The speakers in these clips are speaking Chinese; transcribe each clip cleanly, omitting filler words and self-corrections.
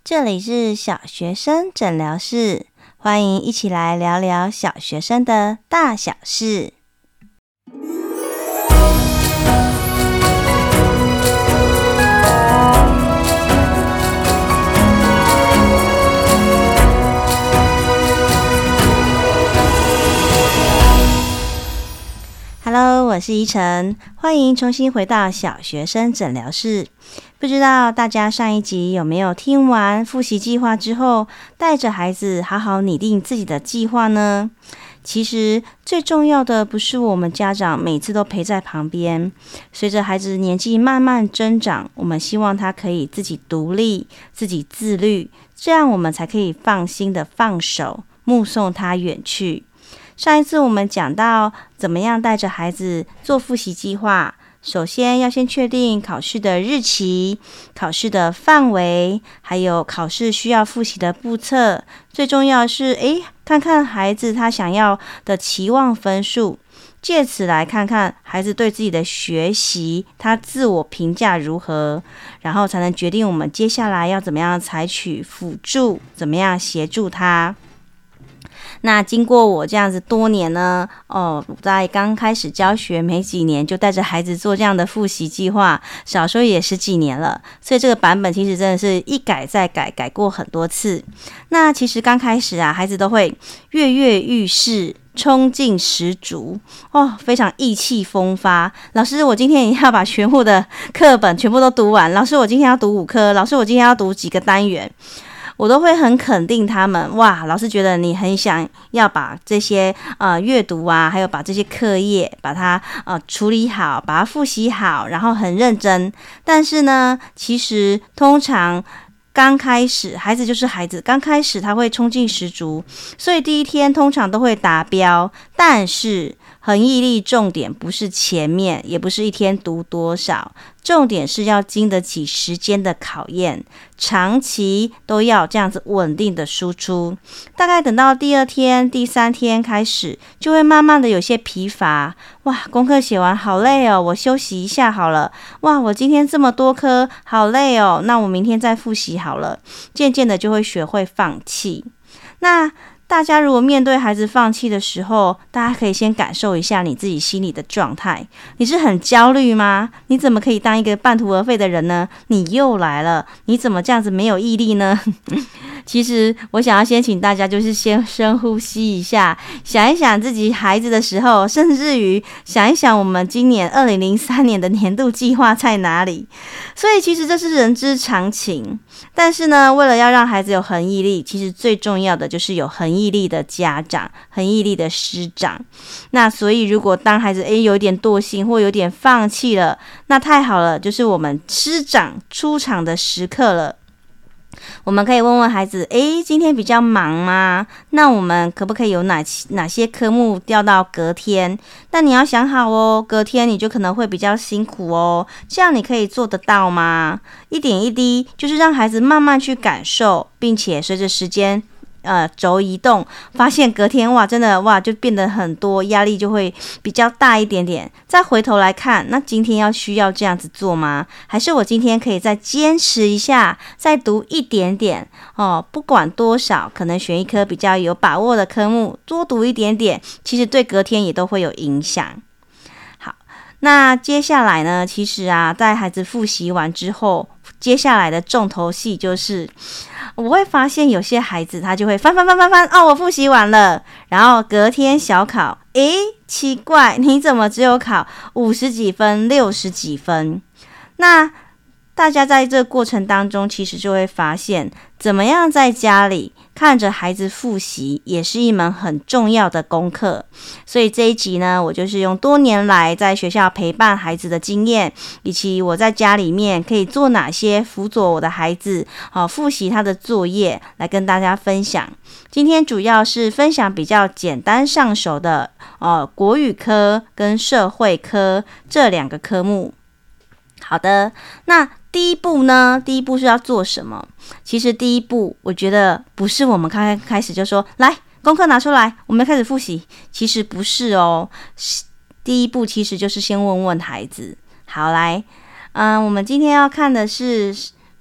这里是小学生诊疗室，欢迎一起来聊聊小学生的大小事。Hello， 我是依晨，欢迎重新回到小学生诊疗室。不知道大家上一集有没有听完复习计划之后，带着孩子好好拟定自己的计划呢？其实最重要的不是我们家长每次都陪在旁边，随着孩子年纪慢慢增长，我们希望他可以自己独立、自己自律，这样我们才可以放心的放手，目送他远去。上一次我们讲到怎么样带着孩子做复习计划，首先要先确定考试的日期、考试的范围，还有考试需要复习的步骤。最重要的是看看孩子他想要的期望分数，借此来看看孩子对自己的学习他自我评价如何，然后才能决定我们接下来要怎么样采取辅助，怎么样协助他。那经过我这样子多年呢，在刚开始教学没几年就带着孩子做这样的复习计划，少说也10几年了，所以这个版本其实真的是一改再改，改过很多次。那其实刚开始啊，孩子都会跃跃欲试，冲劲十足非常意气风发。老师，我今天也要把全部的课本全部都读完。老师，我今天要读5科。老师，我今天要读几个单元。我都会很肯定他们，哇，老师觉得你很想要把这些阅读啊，还有把这些课业把它处理好，把它复习好，然后很认真。但是呢，其实通常刚开始孩子就是孩子，刚开始他会冲劲十足，所以第一天通常都会达标。但是恒毅力重点不是前面，也不是一天读多少，重点是要经得起时间的考验，长期都要这样子稳定的输出。大概等到第2天、第3天开始，就会慢慢的有些疲乏。哇，功课写完好累哦，我休息一下好了。哇，我今天这么多科，好累哦，那我明天再复习好了。渐渐的就会学会放弃。那大家如果面对孩子放弃的时候，大家可以先感受一下你自己心里的状态。你是很焦虑吗？你怎么可以当一个半途而废的人呢？你又来了，你怎么这样子没有毅力呢？其实我想要先请大家就是先深呼吸一下，想一想自己孩子的时候，甚至于想一想我们今年2003年的年度计划在哪里。所以其实这是人之常情，但是呢，为了要让孩子有恒毅力，其实最重要的就是有恒毅力的家长，恒毅力的师长。那所以如果当孩子有点惰性或有点放弃了，那太好了，就是我们师长出场的时刻了。我们可以问问孩子，今天比较忙吗？那我们可不可以有哪些科目调到隔天？但你要想好哦，隔天你就可能会比较辛苦哦，这样你可以做得到吗？一点一滴，就是让孩子慢慢去感受，并且随着时间轴移动，发现隔天真的就变得很多，压力就会比较大一点点。再回头来看，那今天需要这样子做吗？还是我今天可以再坚持一下，再读一点点不管多少，可能选一科比较有把握的科目，多读一点点，其实对隔天也都会有影响。好，那接下来呢，其实在孩子复习完之后，接下来的重头戏就是我会发现有些孩子他就会翻我复习完了，然后隔天小考，奇怪，你怎么只有考50几分、60几分？那大家在这个过程当中，其实就会发现，怎么样在家里看着孩子复习，也是一门很重要的功课。所以这一集呢，我就是用多年来在学校陪伴孩子的经验，以及我在家里面可以做哪些辅佐我的孩子复习他的作业，来跟大家分享。今天主要是分享比较简单上手的国语科跟社会科这2个科目。好的，那第一步是要做什么？其实第一步，我觉得不是我们开始就说来功课拿出来，我们开始复习。其实不是哦，第一步其实就是先问问孩子。好，来，我们今天要看的是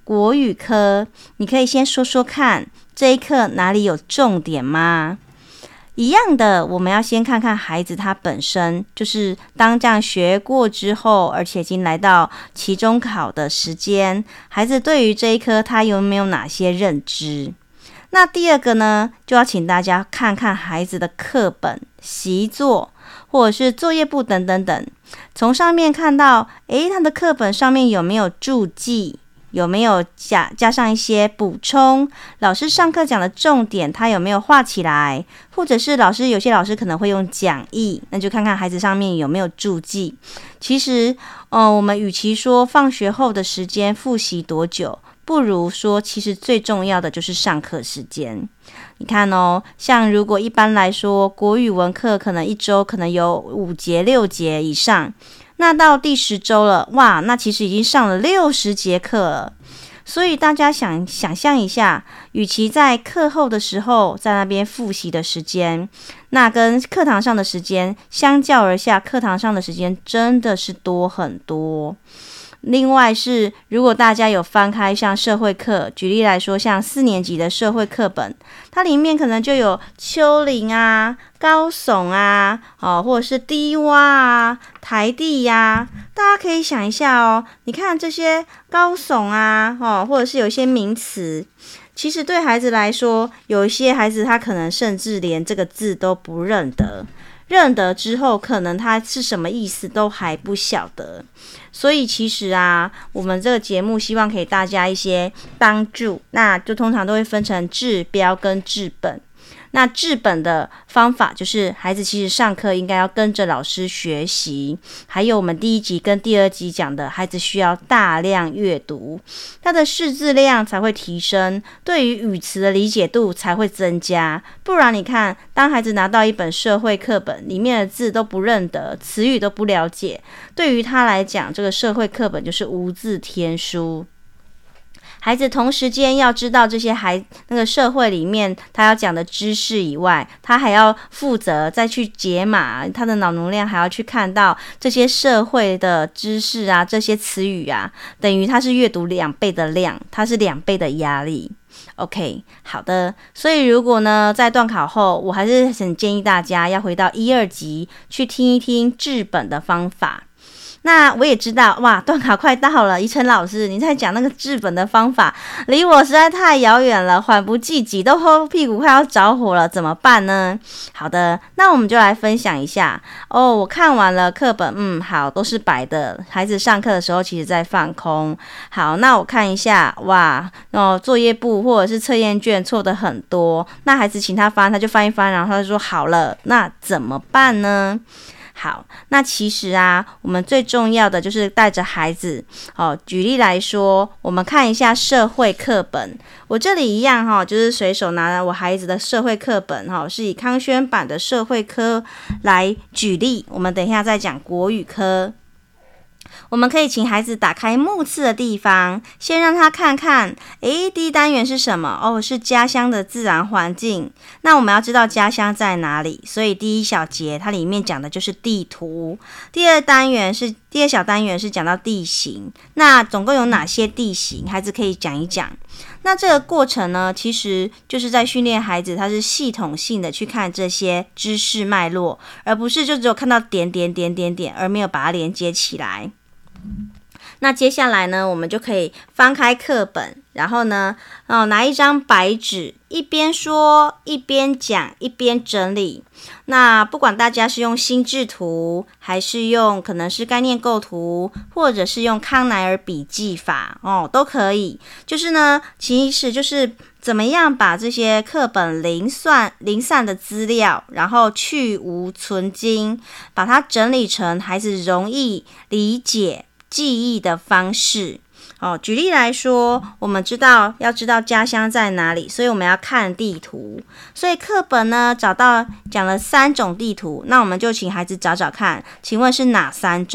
国语科，你可以先说说看，这一课哪里有重点吗？一样的，我们要先看看孩子他本身，就是当这样学过之后，而且已经来到期中考的时间，孩子对于这一科他有没有哪些认知？那第二个呢，就要请大家看看孩子的课本、习作或者是作业簿等等等，从上面看到，他的课本上面有没有注记？有没有加上一些补充？老师上课讲的重点，他有没有画起来？或者是有些老师可能会用讲义，那就看看孩子上面有没有注记。其实，我们与其说放学后的时间复习多久，不如说其实最重要的就是上课时间。你看哦，像如果一般来说国语文课可能一周可能有5节6节以上，那到第10周了，哇，那其实已经上了60节课了。所以大家想象一下，与其在课后的时候在那边复习的时间，那跟课堂上的时间相较而下，课堂上的时间真的是多很多。另外是，如果大家有翻开像社会课，举例来说，像4年级的社会课本，它里面可能就有丘陵啊、高耸啊，或者是低洼啊、台地啊，大家可以想一下哦。你看这些高耸啊，或者是有一些名词，其实对孩子来说，有一些孩子他可能甚至连这个字都不认得。认得之后，可能它是什么意思都还不晓得，所以其实啊，我们这个节目希望给大家一些帮助，那就通常都会分成治标跟治本。那治本的方法就是孩子其实上课应该要跟着老师学习，还有我们第1集跟第2集讲的，孩子需要大量阅读，他的识字量才会提升，对于语词的理解度才会增加。不然你看，当孩子拿到一本社会课本，里面的字都不认得，词语都不了解，对于他来讲，这个社会课本就是无字天书。孩子同时间要知道这些那个社会里面他要讲的知识以外，他还要负责再去解码，他的脑容量还要去看到这些社会的知识啊，这些词语啊，等于他是阅读2倍的量，他是2倍的压力。OK， 好的，所以如果呢在段考后，我还是很建议大家要回到1、2集去听一听治本的方法。那我也知道，哇，段考快到了，怡晨老师你在讲那个治本的方法，离我实在太遥远了，缓不济急，都后屁股快要着火了，怎么办呢？好的，那我们就来分享一下哦。我看完了课本，好，都是白的，孩子上课的时候其实在放空。好，那我看一下，哇，作业簿或者是测验卷错的很多，那孩子请他翻，他就翻一翻，然后他就说好了，那怎么办呢？好，那其实啊，我们最重要的就是带着孩子，举例来说，我们看一下社会课本。我这里一样就是随手拿了我孩子的社会课本，是以康轩版的社会科来举例。我们等一下再讲国语科。我们可以请孩子打开目次的地方，先让他看看，第一单元是什么？是家乡的自然环境。那我们要知道家乡在哪里，所以第1小节它里面讲的就是地图。第2小单元是讲到地形，那总共有哪些地形？孩子可以讲一讲。那这个过程呢，其实就是在训练孩子，他是系统性的去看这些知识脉络，而不是就只有看到点，而没有把它连接起来。那接下来呢，我们就可以翻开课本，然后呢，拿一张白纸，一边说一边讲一边整理。那不管大家是用心智图，还是用可能是概念构图，或者是用康奈尔笔记法都可以。就是呢，其实就是怎么样把这些课本零散的资料，然后去无存精，把它整理成孩子容易理解记忆的方式。举例来说，我们要知道家乡在哪里，所以我们要看地图。所以课本呢讲了3种地图，那我们就请孩子找找看，请问是哪3种？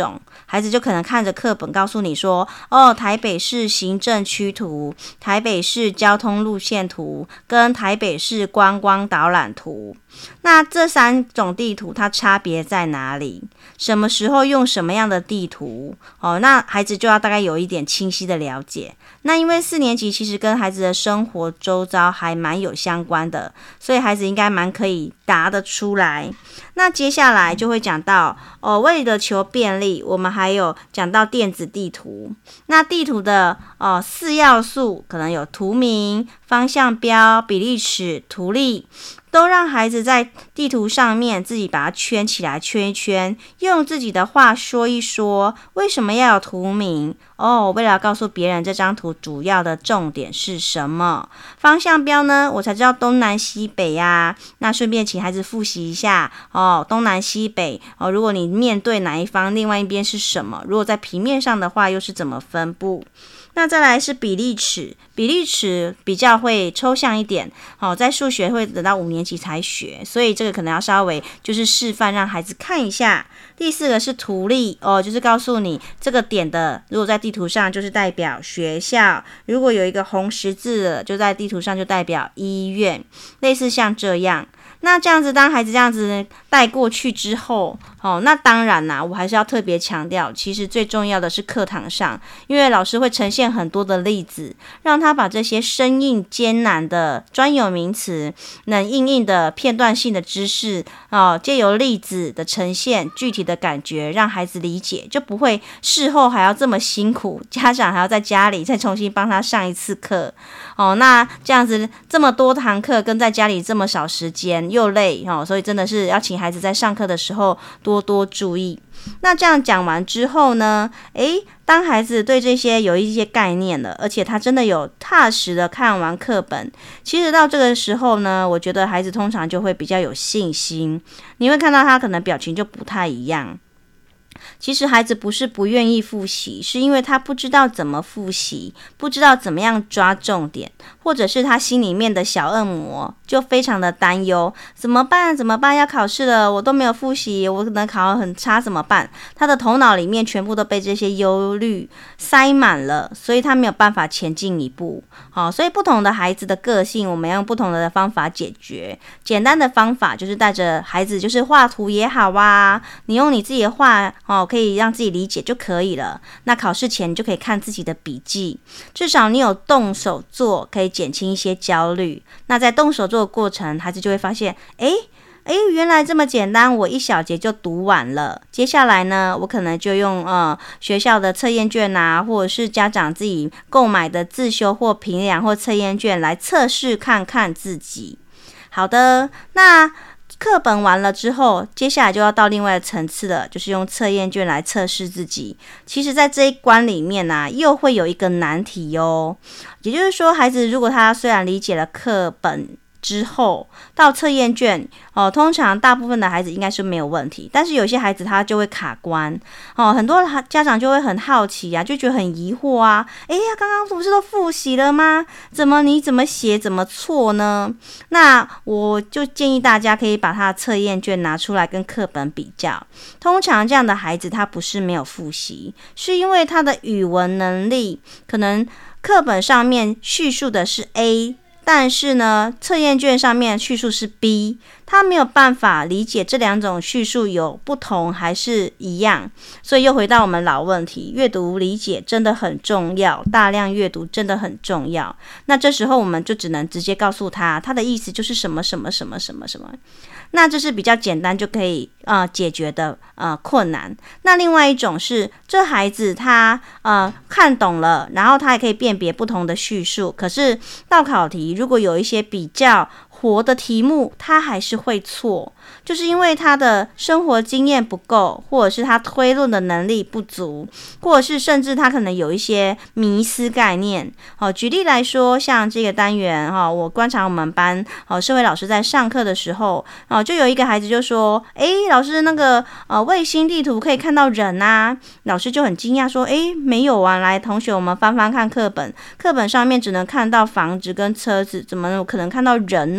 孩子就可能看着课本告诉你说，台北市行政区图、台北市交通路线图跟台北市观光导览图。那这3种地图它差别在哪里？什么时候用什么样的地图？那孩子就要大概有一点清晰的了解。那因为4年级其实跟孩子的生活周遭还蛮有相关的，所以孩子应该蛮可以答得出来。那接下来就会讲到为了求便利，我们还有讲到电子地图。那地图的4要素可能有图名、方向标、比例尺、图例，都让孩子在地图上面自己把它圈起来，圈一圈，用自己的话说一说为什么要有图名。为了要告诉别人这张图主要的重点是什么。方向标呢，我才知道东南西北啊。那顺便请孩子复习一下东南西北如果你面对哪一方，另外一边是什么？如果在平面上的话，又是怎么分布？那再来是比例尺，比例尺比较会抽象一点在数学会等到5年级才学，所以这个可能要稍微就是示范让孩子看一下。第4个是图例就是告诉你这个点的，如果在地图上就是代表学校，如果有一个红十字的就在地图上就代表医院，类似像这样。那这样子，当孩子这样子带过去之后那当然啦，我还是要特别强调，其实最重要的是课堂上，因为老师会呈现很多的例子，让他把这些生硬艰难的专有名词、冷硬硬的片段性的知识借由例子的呈现，具体的感觉让孩子理解，就不会事后还要这么辛苦，家长还要在家里再重新帮他上一次课那这样子这么多堂课跟在家里这么少时间又累所以真的是要请孩子在上课的时候多多注意。那这样讲完之后呢，当孩子对这些有一些概念了，而且他真的有踏实的看完课本，其实到这个时候呢，我觉得孩子通常就会比较有信心。你会看到他可能表情就不太一样。其实孩子不是不愿意复习，是因为他不知道怎么复习，不知道怎么样抓重点，或者是他心里面的小恶魔就非常的担忧，怎么办？要考试了，我都没有复习，我可能考得很差怎么办？他的头脑里面全部都被这些忧虑塞满了，所以他没有办法前进一步。所以不同的孩子的个性，我们要用不同的方法解决。简单的方法就是带着孩子就是画图也好啊，你用你自己的画可以让自己理解就可以了。那考试前你就可以看自己的笔记，至少你有动手做，可以减轻一些焦虑。那在动手做的过程，孩子就会发现原来这么简单，我1小节就读完了。接下来呢，我可能就用学校的测验卷啊，或者是家长自己购买的自修或评量或测验卷来测试看看自己。好的，那课本完了之后，接下来就要到另外的层次了，就是用测验卷来测试自己。其实在这一关里面又会有一个难题也就是说，孩子如果他虽然理解了课本之后，到测验卷通常大部分的孩子应该是没有问题，但是有些孩子他就会卡关很多家长就会很好奇就觉得很疑惑刚刚不是都复习了吗？你怎么写怎么错呢？那我就建议大家可以把他的测验卷拿出来跟课本比较。通常这样的孩子他不是没有复习，是因为他的语文能力可能课本上面叙述的是 A，但是呢，测验卷上面叙述是 B， 他没有办法理解这2种叙述有不同还是一样，所以又回到我们老问题，阅读理解真的很重要，大量阅读真的很重要。那这时候我们就只能直接告诉他，他的意思就是什么什么什么什么什么。那这是比较简单就可以解决的困难。那另外一种是，这孩子他看懂了，然后他也可以辨别不同的叙述，可是到考题如果有一些比较活的题目，他还是会错，就是因为他的生活经验不够，或者是他推论的能力不足，或者是甚至他可能有一些迷思概念。举例来说，像这个单元我观察我们班社会老师在上课的时候就有一个孩子就说老师那个卫星地图可以看到人啊。老师就很惊讶说没有啊，来同学我们翻翻看课本，课本上面只能看到房子跟车子，怎么可能看到人呢？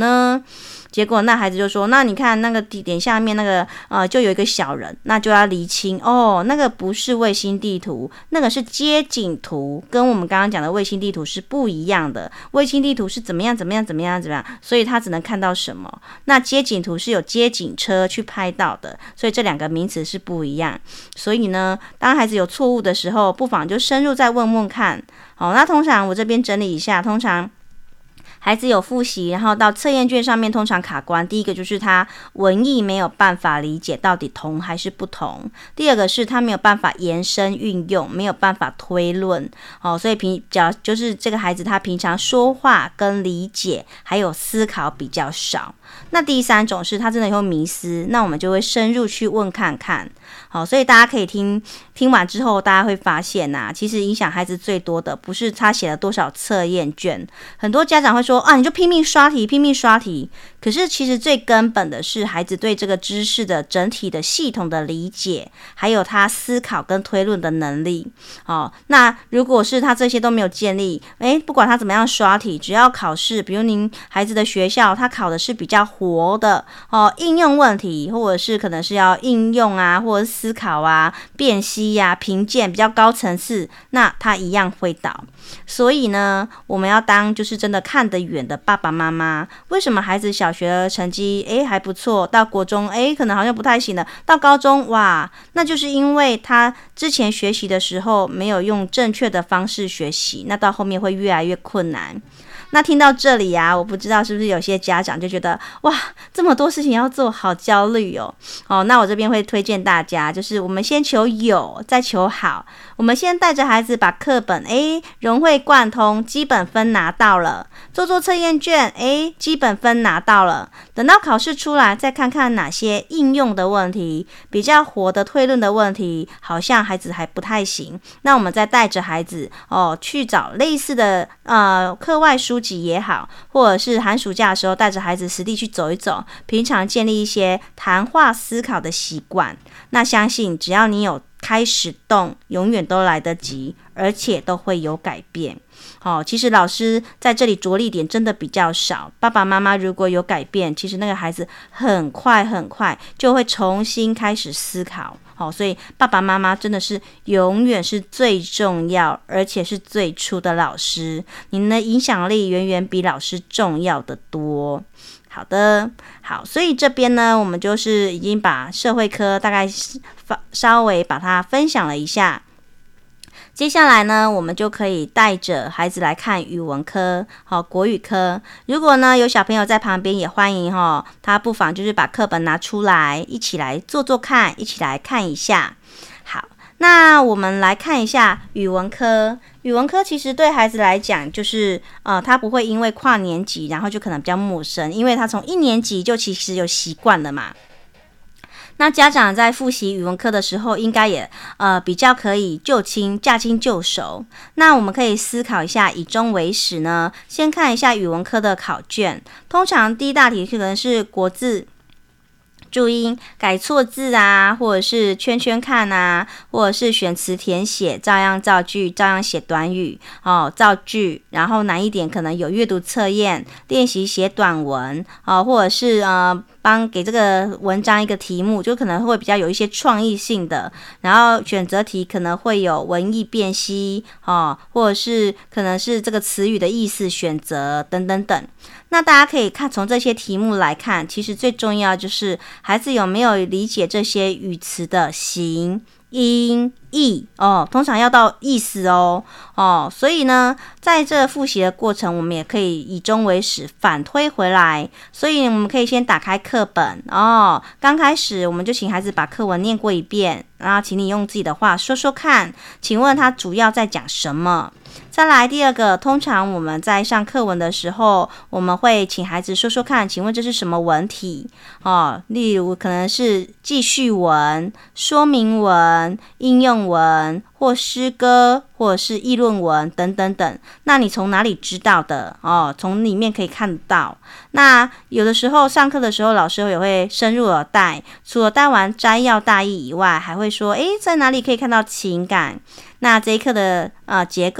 呢？结果那孩子就说，那你看那个地点下面那个就有一个小人，那就要厘清哦，那个不是卫星地图，那个是街景图，跟我们刚刚讲的卫星地图是不一样的。卫星地图是怎么样，所以他只能看到什么。那街景图是有街景车去拍到的，所以这两个名词是不一样。所以呢，当孩子有错误的时候，不妨就深入再问问看。好，那通常我这边整理一下，通常孩子有复习，然后到测验卷上面通常卡关。第一个就是他文意没有办法理解到底同还是不同，第二个是他没有办法延伸运用，没有办法推论。所以就是这个孩子他平常说话跟理解还有思考比较少。那第三种是他真的会迷思，那我们就会深入去问看看。好，所以大家可以听完之后，大家会发现其实影响孩子最多的不是他写了多少测验卷。很多家长会说你就拼命刷题，可是其实最根本的是孩子对这个知识的整体的系统的理解，还有他思考跟推论的能力。那如果是他这些都没有建立，不管他怎么样刷题，只要考试，比如您孩子的学校他考的是比较活的应用问题，或者是可能是要应用或者是思考辨析评鉴比较高层次，那他一样会倒。所以呢，我们要当就是真的看得远的爸爸妈妈。为什么孩子小学的成绩还不错，到国中可能好像不太行了，到高中哇，那就是因为他之前学习的时候没有用正确的方式学习，那到后面会越来越困难。那听到这里我不知道是不是有些家长就觉得哇，这么多事情要做，好焦虑哦。那我这边会推荐大家，就是我们先求有，再求好。我们先带着孩子把课本融会贯通，基本分拿到了，做测验卷基本分拿到了，等到考试出来再看看哪些应用的问题，比较活的推论的问题，好像孩子还不太行。那我们再带着孩子去找类似的课外书籍也好，或者是寒暑假的时候带着孩子实地去走一走，平常建立一些谈话思考的习惯。那相信只要你有开始动，永远都来得及，而且都会有改变。其实老师在这里着力点真的比较少，爸爸妈妈如果有改变，其实那个孩子很快就会重新开始思考。所以爸爸妈妈真的是永远是最重要而且是最初的老师，您的影响力远远比老师重要的多。好，所以这边呢，我们就是已经把社会科大概稍微把它分享了一下。接下来呢，我们就可以带着孩子来看语文科，国语科。如果呢有小朋友在旁边，也欢迎他不妨就是把课本拿出来，一起来做看，一起来看一下。好，那我们来看一下语文科。语文科其实对孩子来讲，就是他不会因为跨年级，然后就可能比较陌生，因为他从1年级就其实有习惯了嘛。那家长在复习语文课的时候，应该也比较可以驾轻就熟。那我们可以思考一下，以终为始呢，先看一下语文科的考卷。通常第一大题可能是国字、注音、改错字或者是圈圈看或者是选词填写，照样造句，照样写短语造句。然后难一点可能有阅读测验，练习写短文或者是给这个文章一个题目，就可能会比较有一些创意性的。然后选择题可能会有文意辨析或者是可能是这个词语的意思选择等等等。那大家可以从这些题目来看，其实最重要就是孩子有没有理解这些语词的形、音、义通常要到意思所以呢，在这复习的过程，我们也可以以终为始，反推回来。所以我们可以先打开课本刚开始我们就请孩子把课文念过一遍，然后请你用自己的话说说看，请问他主要在讲什么？再来第二个，通常我们在上课文的时候，我们会请孩子说说看，请问这是什么文体例如可能是记叙文、说明文、应用文或诗歌或者是议论文等等等。那你从哪里知道的从里面可以看到。那有的时候上课的时候，老师也会深入的带，除了带完摘要大意以外，还会说在哪里可以看到情感。那这一课的结构是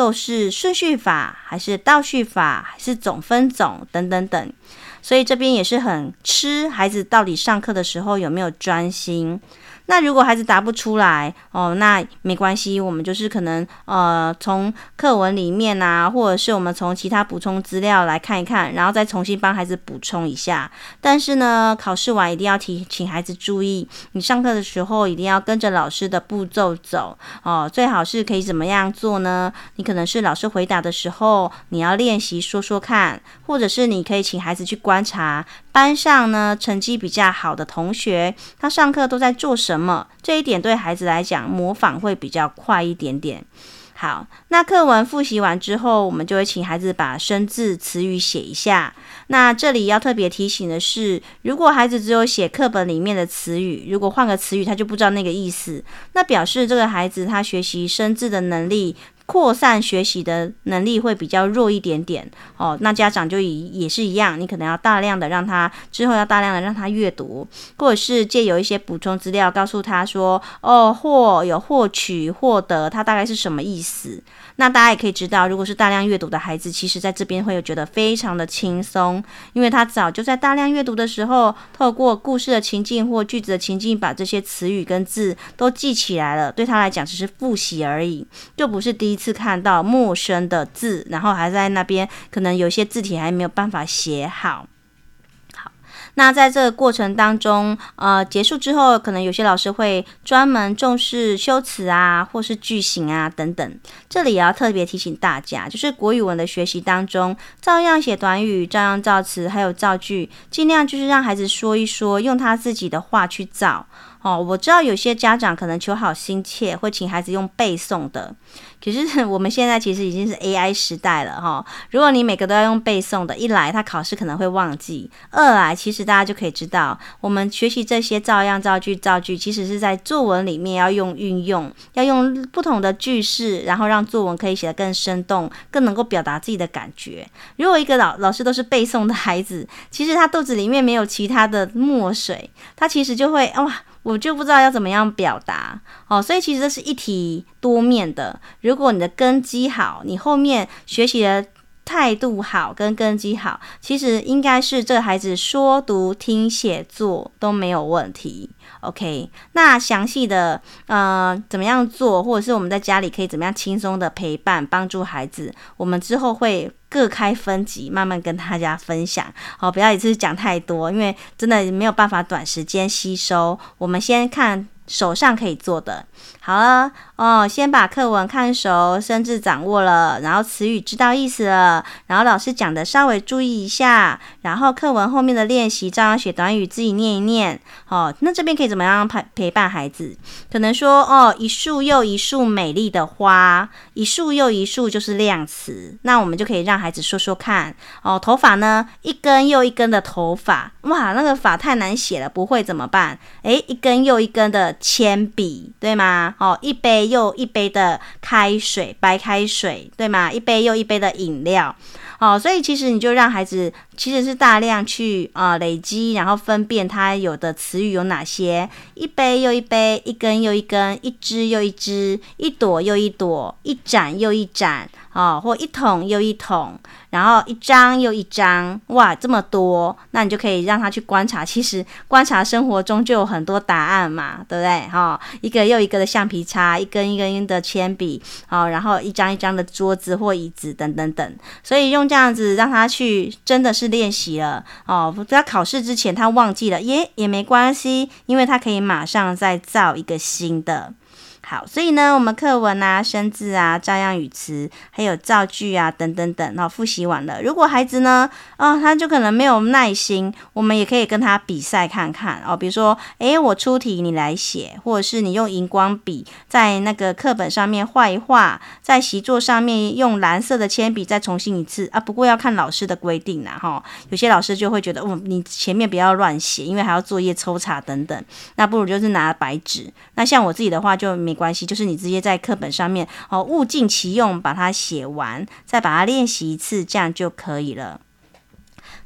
是顺序法，还是倒序法，还是总分总等等等。所以这边也是很吃孩子到底上课的时候有没有专心。那如果孩子答不出来那没关系，我们就是可能从课文里面啊，或者是我们从其他补充资料来看一看，然后再重新帮孩子补充一下。但是呢，考试完一定要请孩子注意，你上课的时候一定要跟着老师的步骤走最好是可以怎么样做呢？你可能是老师回答的时候，你要练习说说看，或者是你可以请孩子去观察班上呢成绩比较好的同学，他上课都在做什么，这一点对孩子来讲模仿会比较快一点点。好，那课文复习完之后，我们就会请孩子把生字词语写一下。那这里要特别提醒的是，如果孩子只有写课本里面的词语，如果换个词语他就不知道那个意思，那表示这个孩子他学习生字的能力，扩散学习的能力会比较弱一点点那家长就也是一样，你可能要大量的让他阅读，或者是借由一些补充资料告诉他说有获取获得，它大概是什么意思。那大家也可以知道，如果是大量阅读的孩子，其实在这边会有觉得非常的轻松，因为他早就在大量阅读的时候，透过故事的情境或句子的情境，把这些词语跟字都记起来了，对他来讲只是复习而已，就不是第一次看到陌生的字，然后还在那边可能有些字体还没有办法写好。那在这个过程当中结束之后，可能有些老师会专门重视修辞啊，或是句型啊等等。这里也要特别提醒大家，就是国语文的学习当中，照样写短语，照样造词，还有造句，尽量就是让孩子说一说，用他自己的话去造我知道有些家长可能求好心切，会请孩子用背诵的，可是我们现在其实已经是 AI 时代了如果你每个都要用背诵的，一来他考试可能会忘记，二来其实大家就可以知道，我们学习这些照样造句造句，其实是在作文里面要用运用，要用不同的句式，然后让作文可以写得更生动，更能够表达自己的感觉。如果一个老师都是背诵的孩子，其实他肚子里面没有其他的墨水，他其实就会我就不知道要怎么样表达所以其实这是一体多面的。如果你的根基好，你后面学习的态度好跟根基好，其实应该是这个孩子说读听写作都没有问题。OK， 那详细的怎么样做，或者是我们在家里可以怎么样轻松的陪伴帮助孩子，我们之后会各开分级慢慢跟大家分享不要一次讲太多，因为真的没有办法短时间吸收。我们先看手上可以做的。好了先把课文看熟，生字掌握了，然后词语知道意思了，然后老师讲的稍微注意一下，然后课文后面的练习照样写短语自己念一念那这边可以怎么样陪伴孩子？可能说一束又一束美丽的花，一束又一束就是量词，那我们就可以让孩子说说看头发呢，一根又一根的头发，哇，那个发太难写了，不会怎么办？一根又一根的铅笔，对吗？一杯又一杯的开水，白开水，对吗？一杯又一杯的饮料所以其实你就让孩子其实是大量去累积，然后分辨他有的词语有哪些，一杯又一杯，一根又一根，一支又一支，一朵又一朵，一盏又一盏或一桶又一桶，然后一张又一张，哇，这么多，那你就可以让他去观察，其实观察生活中就有很多答案嘛，对不对一个又一个的橡皮擦，一根一根的铅笔然后一张一张的桌子或椅子等等等，所以用这样子让他去真的是练习了在考试之前他忘记了也没关系，因为他可以马上再造一个新的。好，所以呢，我们课文啊、生字啊、照样语词，还有造句啊等等等，复习完了。如果孩子呢，他就可能没有耐心，我们也可以跟他比赛看看比如说，我出题你来写，或者是你用荧光笔在那个课本上面画一画，在习作上面用蓝色的铅笔再重新一次不过要看老师的规定啦有些老师就会觉得你前面不要乱写，因为还要作业抽查等等，那不如就是拿白纸。那像我自己的话就没关系，就是你直接在课本上面物尽其用把它写完，再把它练习一次，这样就可以了。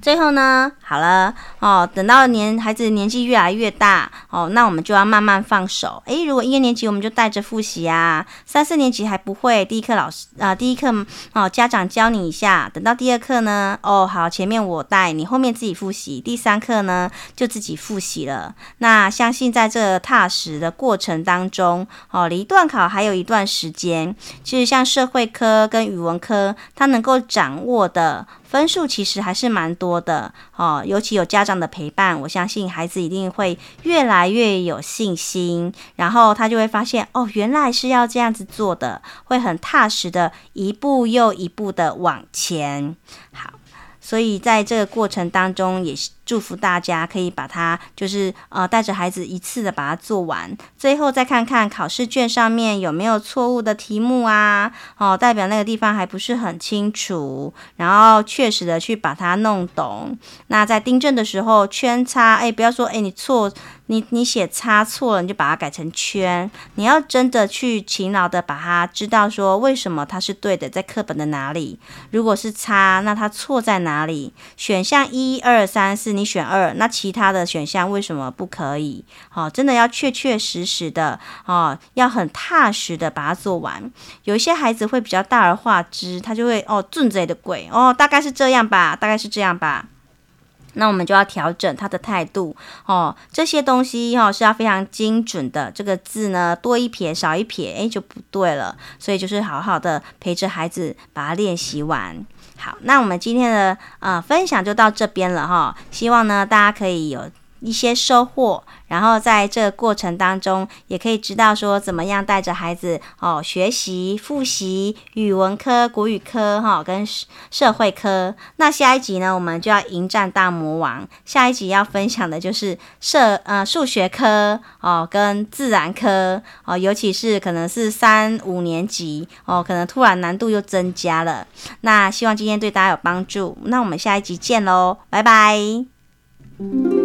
最后呢，好了等到孩子年纪越来越大那我们就要慢慢放手。如果1、2年级我们就带着复习啊，3、4年级还不会，第一课家长教你一下，等到第2课呢，好，前面我带你，后面自己复习，第3课呢就自己复习了。那相信在这个踏实的过程当中离段考还有一段时间，其实像社会科跟语文科，它能够掌握的分数其实还是蛮多的尤其有家长的陪伴，我相信孩子一定会越来越有信心，然后他就会发现原来是要这样子做的，会很踏实的一步又一步的往前。好，所以在这个过程当中，也祝福大家可以把它就是带着孩子一次的把它做完，最后再看看考试卷上面有没有错误的题目啊代表那个地方还不是很清楚，然后确实的去把它弄懂。那在订正的时候圈叉不要说你写叉错了你就把它改成圈，你要真的去勤劳的把它知道说为什么它是对的，在课本的哪里，如果是叉那它错在哪里，选项1、2、3、4你选2，那其他的选项为什么不可以真的要确确实实的要很踏实的把它做完。有一些孩子会比较大而化之，他就会准贼的鬼大概是这样吧，那我们就要调整他的态度这些东西是要非常精准的，这个字呢多一撇少一撇就不对了，所以就是好好的陪着孩子把它练习完。好，那我们今天的分享就到这边了希望呢大家可以有一些收获，然后在这个过程当中也可以知道说怎么样带着孩子学习复习语文科、国语科跟社会科。那下一集呢我们就要迎战大魔王，下一集要分享的就是数学科跟自然科尤其是可能是3、5年级可能突然难度又增加了。那希望今天对大家有帮助，那我们下一集见咯，拜拜。